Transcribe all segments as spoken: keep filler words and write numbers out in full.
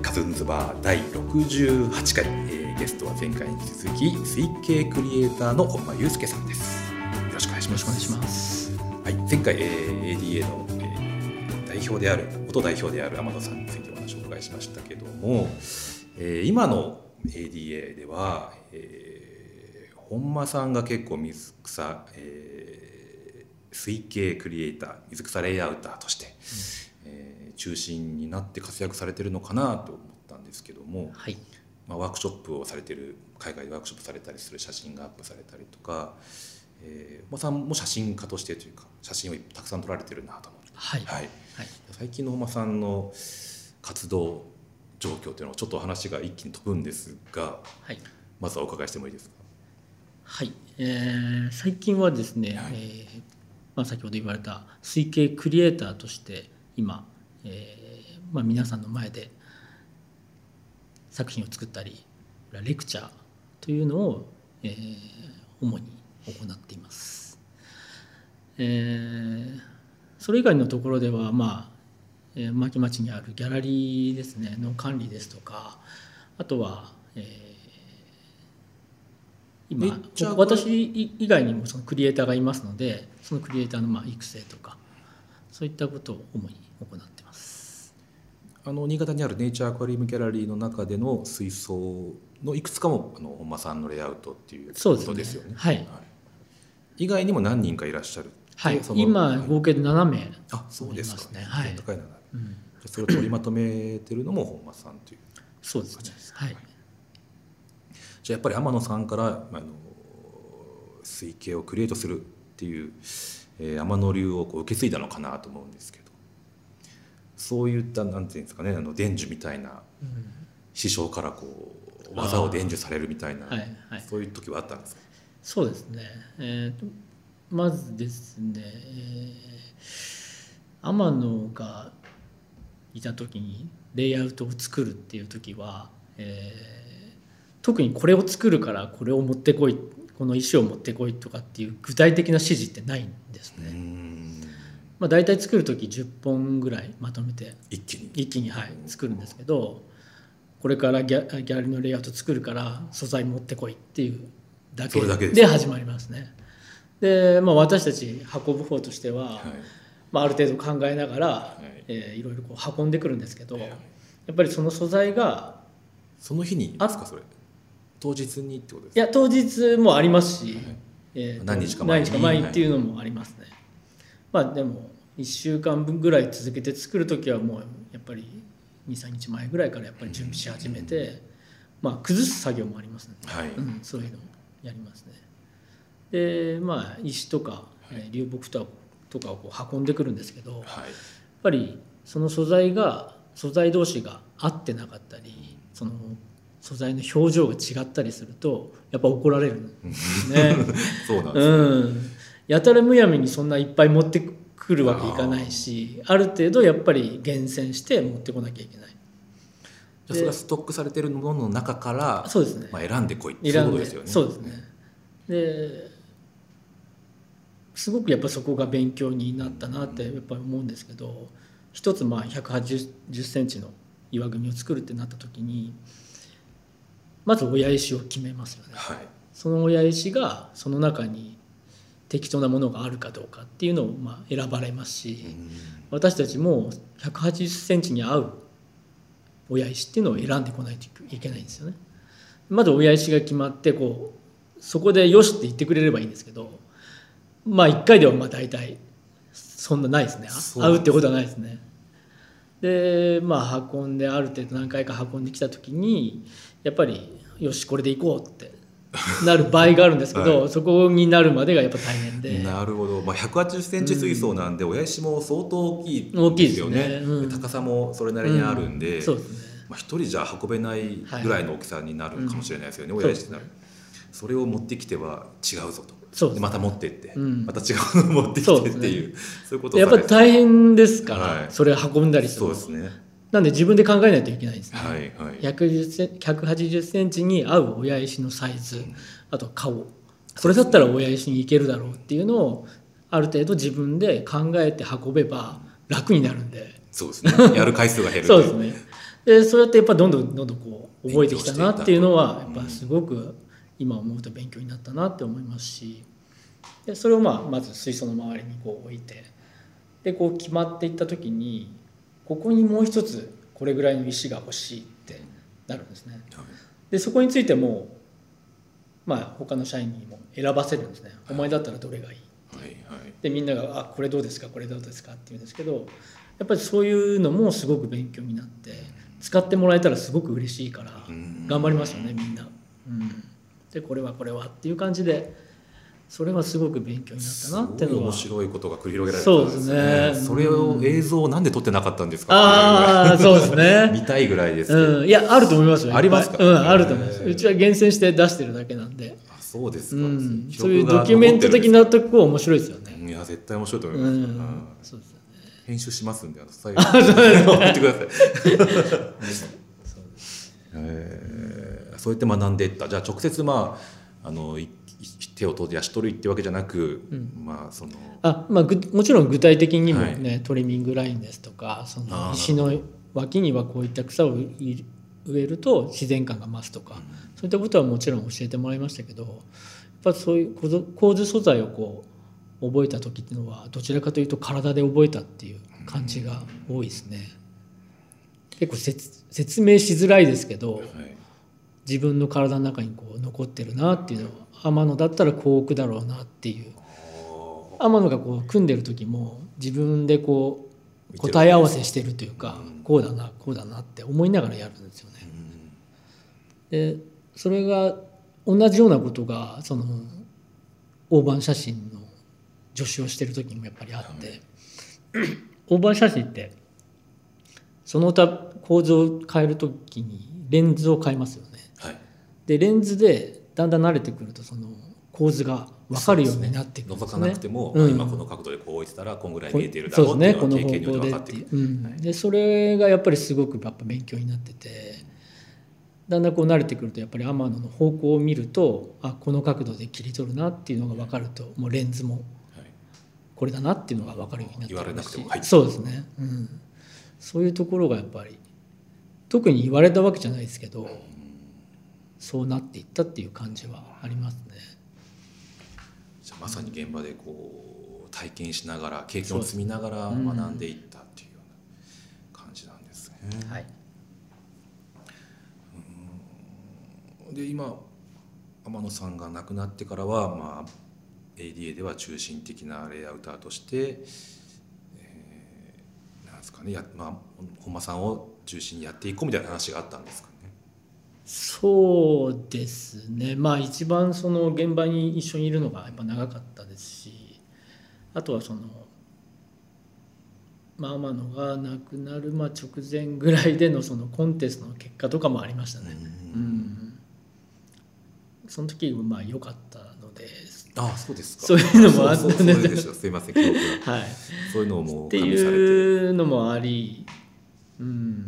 カズンズバーだいろくじゅうはちかい、えー、ゲストは前回に続き推計クリエイターの本間祐介さんです。よろしくお願いします。 よろしくお願いします。 はい、前回、えー、エーディーエー の、えー、代表である元代表である天野さんについてお話をお伺いしましたけども、えー、今の エーディーエー では、えー、本間さんが結構水草、えー、推計クリエイター、水草レイアウターとして、うんえー、中心になって活躍されてるのかなと思ったんですけども、 はいまあ、ワークショップをされてる、海外でワークショップされたりする写真がアップされたりとか、えー、本間さんも写真家としてというか写真をたくさん撮られてるなと思って、 はいはいはい、 最近の本間さんの活動状況というのはちょっと話が一気に飛ぶんですが、はい、まずはお伺いしてもいいですか。 はい、えー、最近はですね、はいえーまあ、先ほど言われた推計クリエイターとして今、えーまあ、皆さんの前で作品を作ったりレクチャーというのを、えー、主に行っています。えー、それ以外のところでは、まあえー、牧町にあるギャラリーですねの管理ですとか、あとは、えー、今私以外にもそのクリエイターがいますので、そのクリエイターのまあ育成とかそういったことを主に行っています。 あの新潟にあるネイチャーアクアリウムギャラリーの中での水槽のいくつかもあの本間さんのレイアウトっていうことですよね。 はい、はい、 以外にも何人かいらっしゃる。 はい、今合計でななめい、ね、 あ、そうですかね。 はい、 高いな、うん、それを取りまとめてるのも本間さんというそうですね。はい。 じゃあやっぱり天野さんからあの推計をクリエイトするっていう、えー、天野流をこう受け継いだのかなと思うんですけど、そういったなんていうんですかね、あの伝授みたいな、うん、師匠からこう技を伝授されるみたいな、はいはい、そういう時はあったんですか。 そうですね。えーとまずですね、えー、天野がいた時にレイアウトを作るっていう時は、えー、特にこれを作るからこれを持ってこい、この石を持ってこいとかっていう具体的な指示ってないんですね。うんまあ、大体作る時じゅっぽんぐらいまとめて一気に一気に、はい、作るんですけど、これからギャ、ギャラリーのレイアウト作るから素材持ってこいっていうだけで始まりますね。で、まあ、私たち運ぶ方としては、はいまあ、ある程度考えながら、はいえー、いろいろこう運んでくるんですけど、はい、やっぱりその素材がその日にですか、それ当日にってことですか。 いや当日もありますし、はいえー、何日か前に何日か前にっていうのもありますね。はい、まあでもいっしゅうかんぶんぐらい続けて作る時はもうやっぱり にさんにちまえぐらいからやっぱり準備し始めて、うんまあ、崩す作業もありますので、はいうん、そういうのをやりますね。でまあ、石とか、はい、流木とかをこう運んでくるんですけど、はい、やっぱりその素材が素材同士が合ってなかったり、その素材の表情が違ったりするとやっぱ怒られるんですね。 そうなんですね、うん、 やたらむやみにそんないっぱい持ってくるわけいかないし、 あ, ある程度やっぱり厳選して持ってこなきゃいけない。 じゃあそれはストックされてるものの中からそうですね、 まあ、選んでこいっていうことですよね。 そうですね。ですごくやっぱそこが勉強になったなってやっぱり思うんですけど、一つまあひゃくはちじゅっセンチの岩組を作るってなった時にまず親石を決めますよね、はい、その親石がその中に適当なものがあるかどうかっていうのをまあ選ばれますし、私たちもひゃくはちじゅっセンチに合う親石っていうのを選んでこないといけないんですよね。まず親石が決まってこうそこでよしって言ってくれればいいんですけど、まあいっかいではまあ大体そんなないですね。合うってことはないですね。でまあ運んである程度何回か運んできた時にやっぱりよしこれでいこうってなる場合があるんですけど、はい、そこになるまでがやっぱ大変で。 なるほど、まあ、ひゃくはちじゅっセンチ水槽なんで、うん、親石も相当大きいですよね。大きいですね、うん、高さもそれなりにあるんで、うん、そうですね、まあ、一人じゃ運べないぐらいの大きさになるかもしれないですよね、はい、親石になる。 そ, それを持ってきては違うぞと。そうですね、でまた持ってって、うん、また違うのを持ってきてっていう、 そう、ね、そういうことをやっぱり大変ですから、はい、それを運んだりする。 そうですね。 なんで自分で考えないといけないんですね、 はいはい、 ひゃくはちじゅっセンチに合う親石のサイズ、うん、あと顔、これだったら親石にいけるだろうっていうのをある程度自分で考えて運べば楽になるんで。 そうですね、やる回数が減るそうですね。 でそうやってやっぱどんどんどんどんこう覚えてきたなっていうのはやっぱすごく今思うと勉強になったなって思いますし、でそれをまあまず水槽の周りにこう置いて、でこう決まっていった時にここにもう一つこれぐらいの石が欲しいってなるんですね。でそこについてもまあ他の社員にも選ばせるんですね。お前だったらどれがいい、 はいはい、 でみんなが「あこれどうですかこれどうですか」って言うんですけど、やっぱりそういうのもすごく勉強になって、使ってもらえたらすごく嬉しいから頑張りますよねみんな、うん、でこれはこれはっていう感じで、それはすごく勉強になったなっていうのは。 すごい面白いことが繰り広げられてたんですね。そうですね。それを映像をなんで撮ってなかったんですか。 ああそうですね。 見たいぐらいですけど、 うん、いやあると思いますよ。 ありますか。 うんあると思います。うちは厳選して出してるだけなんで。 あそうですか、 うん、そういうドキュメント的なとこは面白いですよね。 いや絶対面白いと思います、うん、 そうですよね。 編集しますんで、あの最後に言ってください。えー、そうやって学んでいった。じゃあ直接まああの手を取り足取るってわけじゃなく、うん、まあそのあ、まあ、もちろん具体的にもね、はい、トリミングラインですとか、その石の脇にはこういった草を植えると自然感が増すとか、うん、そういったことはもちろん教えてもらいましたけど、やっぱそういう構図素材をこう覚えた時っていうのはどちらかというと体で覚えたっていう感じが多いですね。結構説明しづらいですけど、はい、自分の体の中にこう残ってるなっていうのは、天野だったらこう置くだろうなっていう、天野がこう組んでる時も自分でこう答え合わせしてるというか、こうだなこうだなって思いながらやるんですよね。でそれが同じようなことがその大判写真の助手をしてる時にもやっぱりあって、大判写真ってその他構造を変える時にレンズを変えますよね。はい、でレンズでだんだん慣れてくるとその構図が分かるようになってくるんですね。 覗かなくても、うん、今この角度でこう置いてたらこんぐらい見えているだろうっていうのが経験によって分かってくる。 うん、でそれがやっぱりすごくやっぱ勉強になってて、だんだんこう慣れてくるとやっぱり天野の方向を見ると、あこの角度で切り取るなっていうのが分かると、もうレンズもこれだなっていうのが分かるようになってくるし、言われなくても入ってくる。そうですね、うん、そういうところがやっぱり特に言われたわけじゃないですけど、そうなっていったっていう感じはありますね。 じゃあまさに現場でこう体験しながら経験を積みながら学んでいったっていうような感じなんですね。はい。うんで今天野さんが亡くなってからは、まあ、エーディーエー では中心的なレイアウターとして、えー、なんですかね、や、まあ、本間さんを中心にやっていこうみたいな話があったんですかね。 そうですね、まあ一番その現場に一緒にいるのがやっぱ長かったですし、あとはその、まあ、天野が亡くなるまあ直前ぐらいでのそのコンテストの結果とかもありましたね。うん、うん、その時はまあ良かったので、 ああそうですか、 そういうのもあってね、 すいません記憶が、はい、そういうのもっていうのもあり、うん、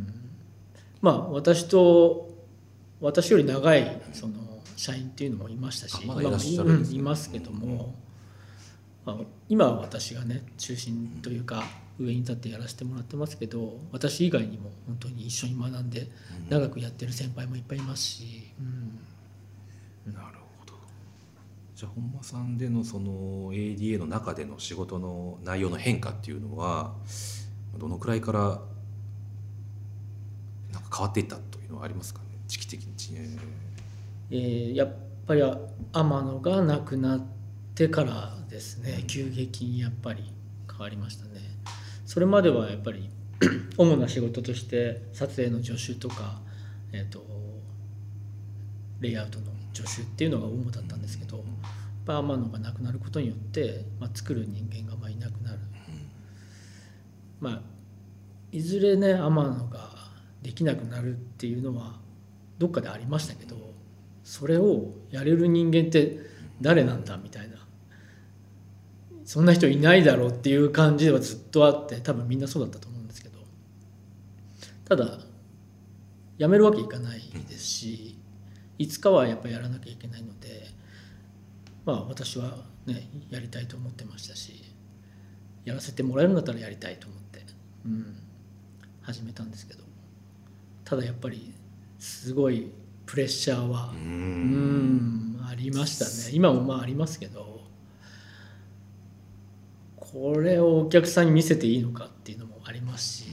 まあ私と私より長いその社員っていうのもいましたし、 まだいらっしゃるんですね、 いますけども、まあ、今は私がね中心というか上に立ってやらせてもらってますけど、私以外にも本当に一緒に学んで長くやってる先輩もいっぱいいますし、 うん、なるほど。じゃあ本間さんでのその エーディーエー の中での仕事の内容の変化っていうのはどのくらいからなんか変わっていったというのはありますかね、時期的に。 えー、やっぱり天野が亡くなってからですね、うん、急激にやっぱり変わりましたね。それまではやっぱり主な仕事として撮影の助手とか、えーと、レイアウトの助手っていうのが主だったんですけど、やっぱ天野が亡くなることによって、まあ、作る人間がまあいなくなる、まあ、いずれね天野ができなくなるっていうのはどっかでありましたけど、それをやれる人間って誰なんだみたいな、そんな人いないだろうっていう感じではずっとあって、多分みんなそうだったと思うんですけど、ただやめるわけいかないですし、いつかはやっぱりやらなきゃいけないので、まあ私はねやりたいと思ってましたし、やらせてもらえるんだったらやりたいと思って、うん、始めたんですけど、 ただやっぱりすごいプレッシャーはううんんありましたね。今もまあありますけど、これをお客さんに見せていいのかっていうのもありますし、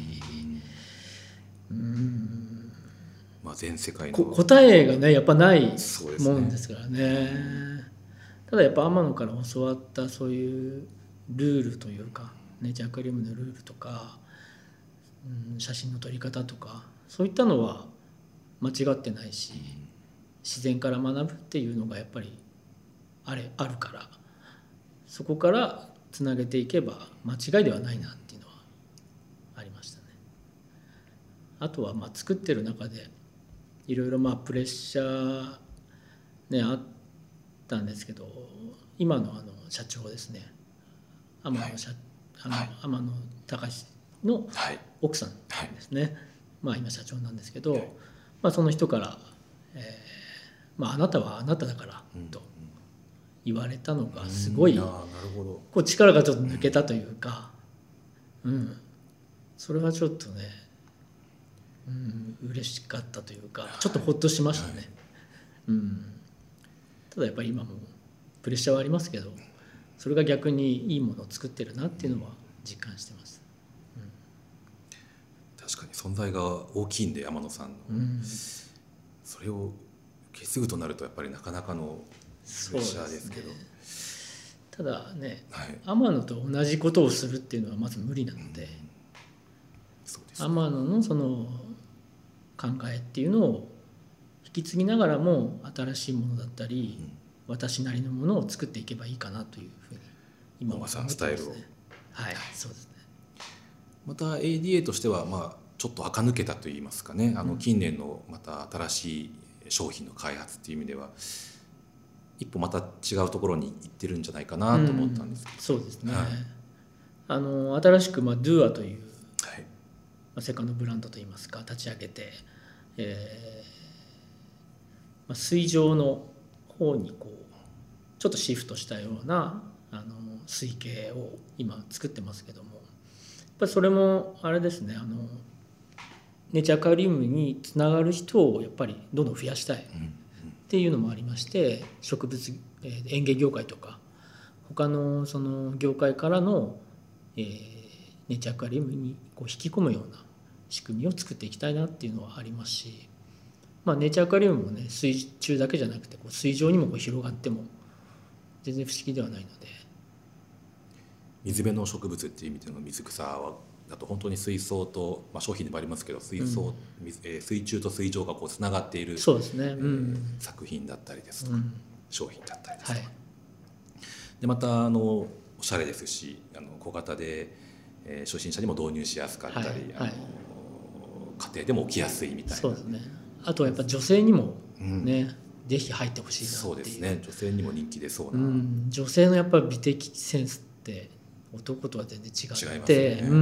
うんまあ、全世界のこ答えがねやっぱないそうですねもんですからね。ただやっぱ天野から教わったそういうルールというかネイチャーアクアリウムのルールとか、うん、写真の撮り方とかそういったのは間違ってないし、自然から学ぶっていうのがやっぱりあれあるから、そこからつなげていけば間違いではないなっていうのはありましたね。あとはまあ作ってる中でいろいろまあプレッシャーねあったんですけど、今のあの社長ですね、天野社、あの天野隆の奥さんですね、まあ今社長なんですけど、まあその人から、えーまあ、あなたはあなただからと言われたのがすごい、 うん、あーなるほど、 こう力がちょっと抜けたというか、うん、それはちょっとね、うん、嬉しかったというかちょっとほっとしましたね、はい、うん、ただやっぱり今もプレッシャーはありますけど、それが逆にいいものを作ってるなっていうのは実感してます、うん、 確かに存在が大きいんで天野さんの、うん、それを受け継ぐとなるとやっぱりなかなかのプレッシャーですけど、 ただね、 はい、 天野と同じことをするっていうのはまず無理なので、うん、そうですね、天野のその考えっていうのを引き継ぎながらも新しいものだったり、うん、私なりのものを作っていけばいいかなというふうに今は思ってますね。スタイルを、はい、そうですね。 また エーディーエー としてはまあちょっと垢抜けたといいますかね、あの近年のまた新しい商品の開発っていう意味では一歩また違うところに行ってるんじゃないかなと思ったんですけど、 うん、そうですね、はい、あの新しく、まあ、ドゥアという、 はい、まあ、セカンドブランドといいますか立ち上げて、えーまあ、水上の方にこうちょっとシフトしたようなあの水系を今作ってますけども、やっぱりそれもあれですね、あのネイチャーアクアリウムにつながる人をやっぱりどんどん増やしたいっていうのもありまして、植物園芸業界とか他のその業界からの、えー、ネイチャーアクアリウムにこう引き込むような仕組みを作っていきたいなっていうのはありますし、まあ、ネイチャーアクアリウムもね水中だけじゃなくてこう水上にもこう広がっても全然不思議ではないので、 水辺の植物っていう意味での水草はだと本当に水槽と、まあ、商品でもありますけど水槽、うん水えー、水中と水上がこうつながっている、 そうですね、うん、 えー、作品だったりですとか、うん、商品だったりですとか、 はい、 でまたあのおしゃれですしあの小型で、えー、初心者にも導入しやすかったり、はいあのはい、家庭でも起きやすいみたいな、 そうですね、あとはやっぱ女性にもね、うん、ぜひ入ってほしいなっていう。 そうですね、女性にも人気出そうな、 うん、女性のやっぱり美的センスって男とは全然違って、 違いますね、 うん、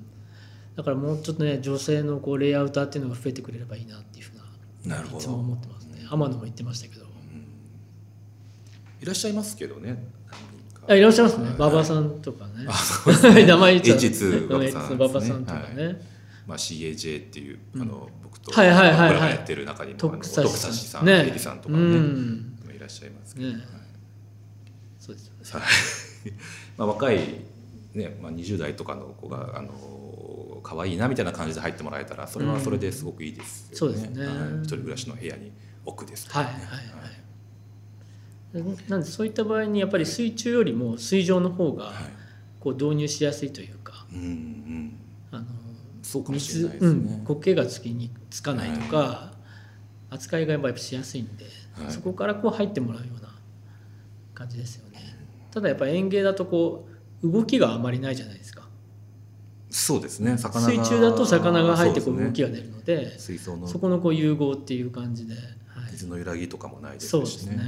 だからもうちょっとね女性のこうレイアウターっていうのが増えてくれればいいなっていうふうな、いつも思ってますね。天野も言ってましたけど、うん、 いらっしゃいますけどね、 あいらっしゃいますね、馬場さんとかね、名前言っちゃう馬場さんとかね、はい、 まあ、シーエージェー っていう、うん、あの僕と僕らがやってる中にも徳佐志さん、 ね、 エリさんとかね、うん、いらっしゃいますけど、ね、はい、 そうですよね、 はい、まあ、若い、ねまあ、にじゅう代とかの子があの可愛いなみたいな感じで入ってもらえたらそれはそれですごくいいですよね、うん、 そうですね、はい、 一人暮らしの部屋に置くですとか、ね、 はいはいはい、なんでそういった場合にやっぱり水中よりも水上の方がこう導入しやすいというか、はい、うんうん、あのそうかもしれないですね、 うん、苔がつきにつかないとか、はい、扱いがやっぱりしやすいんで、はい、そこからこう入ってもらうような感じですよね。ただやっぱり園芸だとこう動きがあまりないじゃないですか。 そうですね、魚が水中だと魚が入ってこう動きが出るので、 ね、水槽のそこのこう融合っていう感じで、はい、 水の揺らぎとかもないですしね。 そうですね、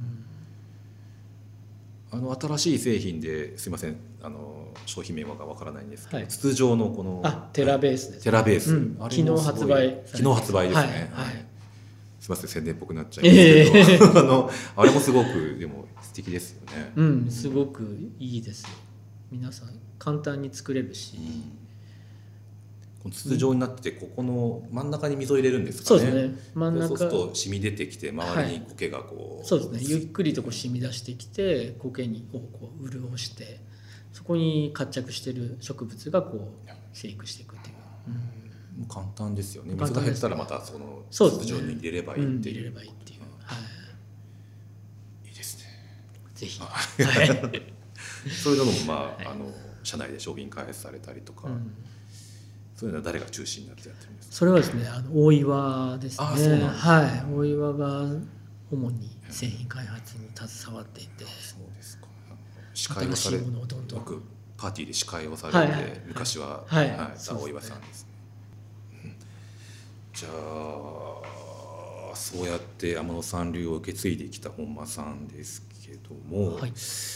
うん、あの新しい製品ですいません、あの商品名がわからないんですけど、はい、筒状のこのあテラベースです、ね、 テラベース、うん、 あれ昨日発売昨日発売ですね、 はいはい、 すいません宣伝っぽくなっちゃいますけど、えー、あのあれもすごくでも素敵ですよね。 うん、すごくいいですよ。皆さん簡単に作れるし、 この筒状になってて、ここの真ん中に水を入れるんですかね。 そうですね、真ん中。 そうすると染み出てきて周りに苔がこう、 はい、そうですね、ゆっくりとこう染み出してきて苔にこうこう潤して、そこに活着している植物がこう生育していくっていう、 うん、簡単ですよね。水が減ったらまたその筒状に入れればいいっていう、 入れればいいっていう、はい、 いいですね。 ぜひ、はい、 そういうのもまあ、はい、あの社内で商品開発されたりとか、うん、そういうのは誰が中心になってやってるんですか。 それはですね、あの大岩ですね。 あ、そうなんですね。 はい、大岩が主に製品開発に携わっていて、 そうですか。司会をされて、僕パーティーで司会をされて、 はいはい、 昔は、 はいはいはい、大岩さんですね。うん、じゃあそうやって天野さん流を受け継いできた本間さんですけども、はい、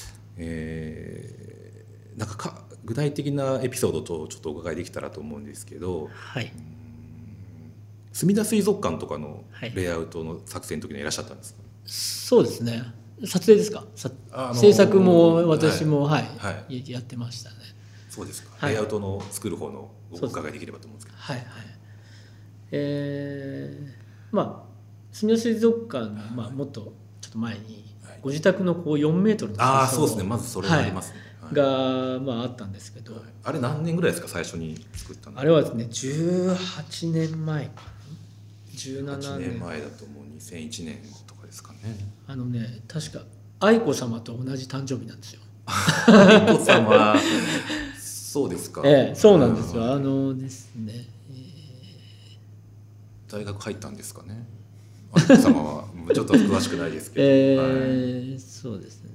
えー、なんかか具体的なエピソードとちょっとお伺いできたらと思うんですけど、 はい、 すみだ水族館とかのレイアウトの作成の時にいらっしゃったんですか。 はい、そうですね。撮影ですか。あのー、制作も私も、はいはい、やってましたね。 そうですか、はい、レイアウトの作る方のお伺いできればと思うんですけど。 はいはい、えー、まあすみだ水族館の、まあ、もっとちょっと前に、はい、ご自宅のこうよんメートルの水槽、 あ、そうですね、まずそれがありますね、 はい、が、まあ、あったんですけど、はい、 あれ何年ぐらいですか、最初に作ったの。 あれはですねじゅうはちねんまえかな、じゅうななねん、 はちねんまえだともうにせんいちねんとかですかね。 あのね、確か愛子様と同じ誕生日なんですよ。 愛子様そうですか。 ええ、そうなんですよ。あのですね、えー、大学入ったんですかね、愛子様は。ちょっと詳しくないですけど、 えーはい、そうですね、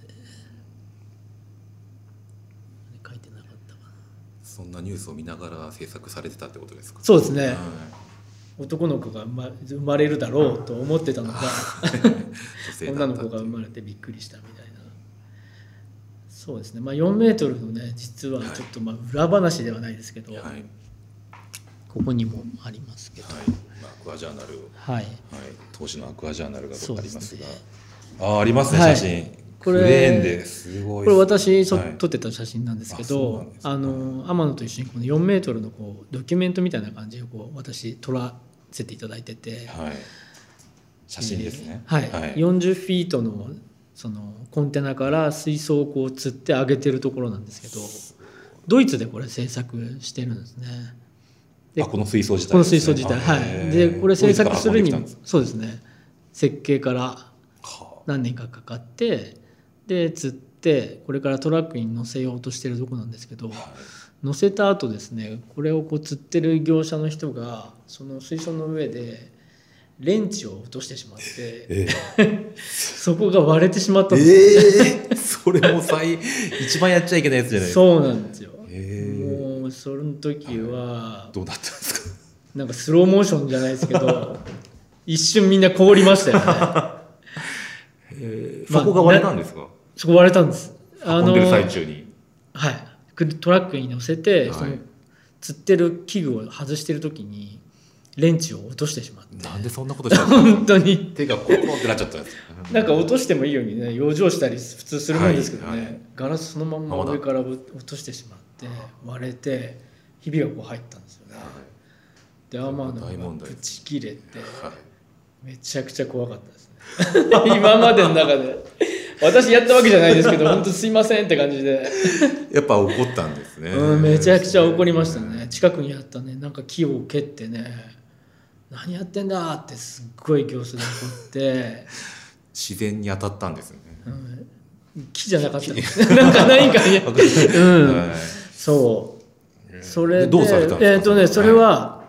書いてなかったかな。 そんなニュースを見ながら制作されてたってことですか。 そうですね、はい、男の子が生まれるだろうと思ってたのが女の子が生まれてびっくりしたみたいな。そうですね、まあ、よんメートルのね、実はちょっとまあ裏話ではないですけど、はい、ここにもありますけど、はい、 まあ、アクアジャーナル、 はいはい、 当時のアクアジャーナルがありますが、 ね、 あ, ありますね、写真、はい、これクレーンですごい、 これ私そ、はい、撮ってた写真なんですけど、あの天野と一緒にこのよんメートルのこうドキュメントみたいな感じをこう私撮らせていただいてて、 はい、写真ですね、 えーはいはい、よんじゅっフィートのそのコンテナから水槽をこう吊って上げてるところなんですけど、ドイツでこれ制作してるんですね。 で、あ、この水槽自体、 ね、この水槽自体、はい。でこれ制作するにもそうですね、設計から何年かかかって、で釣ってこれからトラックに乗せようとしてるとこなんですけど、はい、乗せた後ですね、これをこう釣ってる業者の人がその水槽の上でレンチを落としてしまって、えー、そこが割れてしまったんですよ、ね、 えー、それも最一番やっちゃいけないやつじゃないですか。 そうなんですよ、 えー、 もうその時は、 はい、どうなったんですか。 なんかスローモーションじゃないですけど一瞬みんな凍りましたよね。 えー、そこが割れたんですか。まあ、 そこ割れたんです。 運んでる最中に、 はい、トラックに乗せて、はい、その釣ってる器具を外してる時にレンチを落としてしまって。 なんでそんなことしたんですか。 本当に手がコロコロってなっちゃったんです。 なんか落としてもいいようにね、養生したり普通するもんですけどね、はいはい、ガラスそのまま上から落としてしまって割れてひびがこう入ったんですよね、はい、で天野がブチ切れて、はい、めちゃくちゃ怖かったですね今までの中で私やったわけじゃないですけど本当すいませんって感じでやっぱ怒ったんですね、 うん、めちゃくちゃ怒りましたね。近くにあったね、なんか木を蹴ってね、何やってんだってすっごい様子で怒って自然に当たったんですね、 うん、木じゃなかったなんか何かね、うんはい、そうそれでどうされたんですか。 えーとね、それは、はい、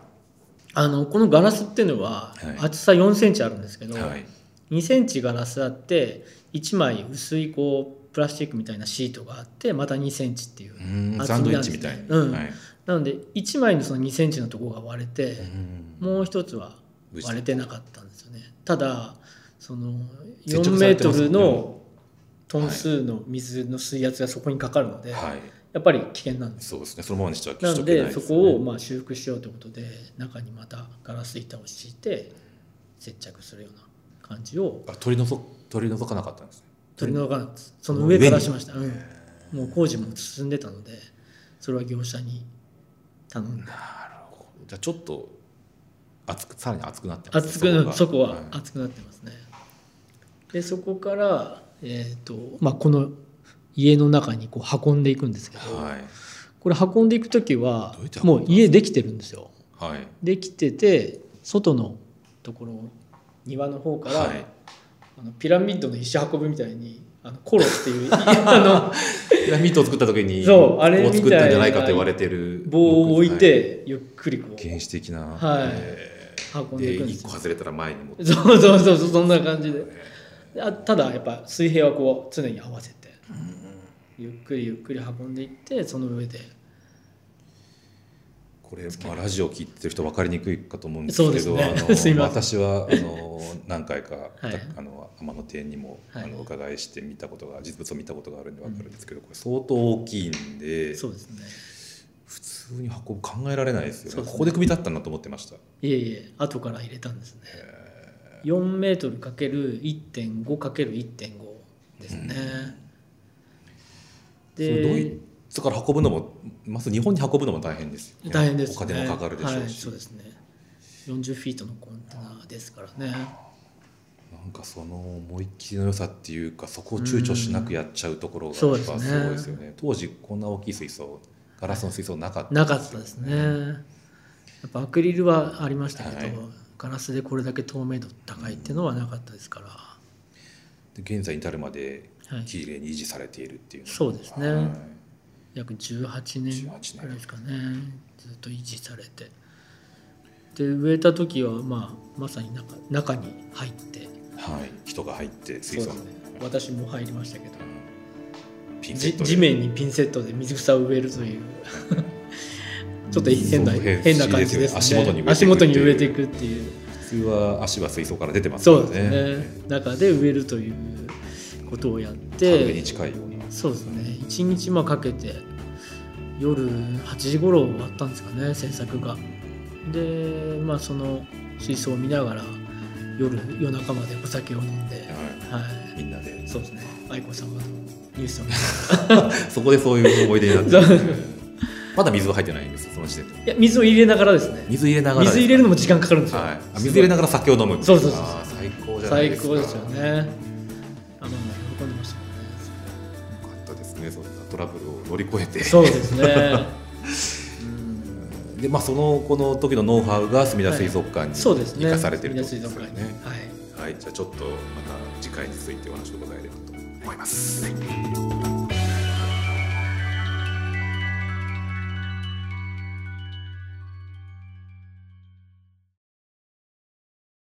あのこのガラスっていうのは厚さよんセンチあるんですけど、はい、にセンチガラスあっていちまい薄いこうプラスチックみたいなシートがあってまたにセンチっていう厚みなんですね。サンドイッチみたいに、 うんはい、なのでいちまいのそのにセンチのところが割れてもう一つは割れてなかったんですよね。ただそのよんメートルのトン数の水の水圧がそこにかかるので、はい、やっぱり危険なんです。 そうですね、そのままにしてはなのでそこをまあ修復しようということで中にまたガラス板を敷いて接着するような感じを。 あ、取り除取り除かなかったんですね。 取り除かなかったです。その上からしました、うん、もう工事も進んでたのでそれは業者に頼んで。 なるほじゃあちょっと熱くさらに熱くなってますね。 熱くそこそこは熱くなってますね。でそこから、えーとまあ、この家の中にこう運んでいくんですけど、 はい、 これ運んでいく時はどうやって運んだんですか？ もう家できてるんですよ。 はい、 できてて外のところ庭の方から、 はい、 あのピラミッドの石運ぶみたいにあのコロっていうあピラミッドを作った時にそうあれみたいなこう作ったんじゃないかと言われてるの棒を置いて、はい、ゆっくりこう原始的な、 はいえー、 運んでいくんですよ。 でいっこ外れたら前に持ってそうそうそうそんな感じで、あただやっぱ水平はこう常に合わせて、うん、ゆっくりゆっくり運んでいってその上でこれ、まあ、ラジオを聞いてる人分かりにくいかと思うんですけど、 ね、 あの私はあの何回か、はい、あの天野庭にも、はい、あのお伺いして見たことが実物を見たことがあるんで分かるんですけど、うん、これ相当大きいんで、そうですね、普通に運ぶ考えられないですよね。ここで組み立ったんだと思ってました。 いえいえ後から入れたんですね。よんメートルかけるいってんごかけるいってんご ですね、 うん、でドイツから運ぶのもまず日本に運ぶのも大変ですよね。 大変ですね。 お金もかかるでしょうし、はい、 そうですね。よんじゅうフィートのコンテナですからね。 なんかその思いっきりの良さっていうか、そこを躊躇しなくやっちゃうところがやっぱすごいですよね。うん、当時こんな大きい水槽、ガラスの水槽なかったですよね。 なかったですね。やっぱアクリルはありましたけど、はい、ガラスでこれだけ透明度高いっていうのはなかったですから。 で現在に至るまできれいに維持されているっていう、 はい、そうですね。はい、約じゅうはちねんぐらいですかね。ずっと維持されて。で植えた時は、まあ、まさに 中, 中に入って、 はい、人が入って水槽、 ね、私も入りましたけど、 ピンセットで地面にピンセットで水草を植えるというちょっと変な変な感じですね。 足元に植えていくっていう、 足元に植えていくっていう。 普通は足は水槽から出てますからね。 そうですね。中で植えるということをやって、 壁に近いような。 そうですね。いちにちかけて夜はちじ頃終わったんですかね、制作が。で、まあその水槽を見ながら夜夜中までお酒を飲んで、 はいはい、みんなで。 そうですね。愛子様のニュースを見そこでそういう思い出になってるんですね。まだ水は入ってないんですよ、その時点で。 いや、水を入れながらですね。 水入れながら水入れるのも時間かかるんですよ。 はい、水入れながら酒を飲む。 そうそうそうそう。 最高じゃないですか。 最高ですよね。あ、まあ喜んでましたね。 よかったですね。そんなトラブルを乗り越えて。 そうですね。 で、まあそのこの時のノウハウがすみだ水族館に生かされているということですよね。はい。はい。じゃあちょっとまた次回についてお話を伺えればと思います。はい。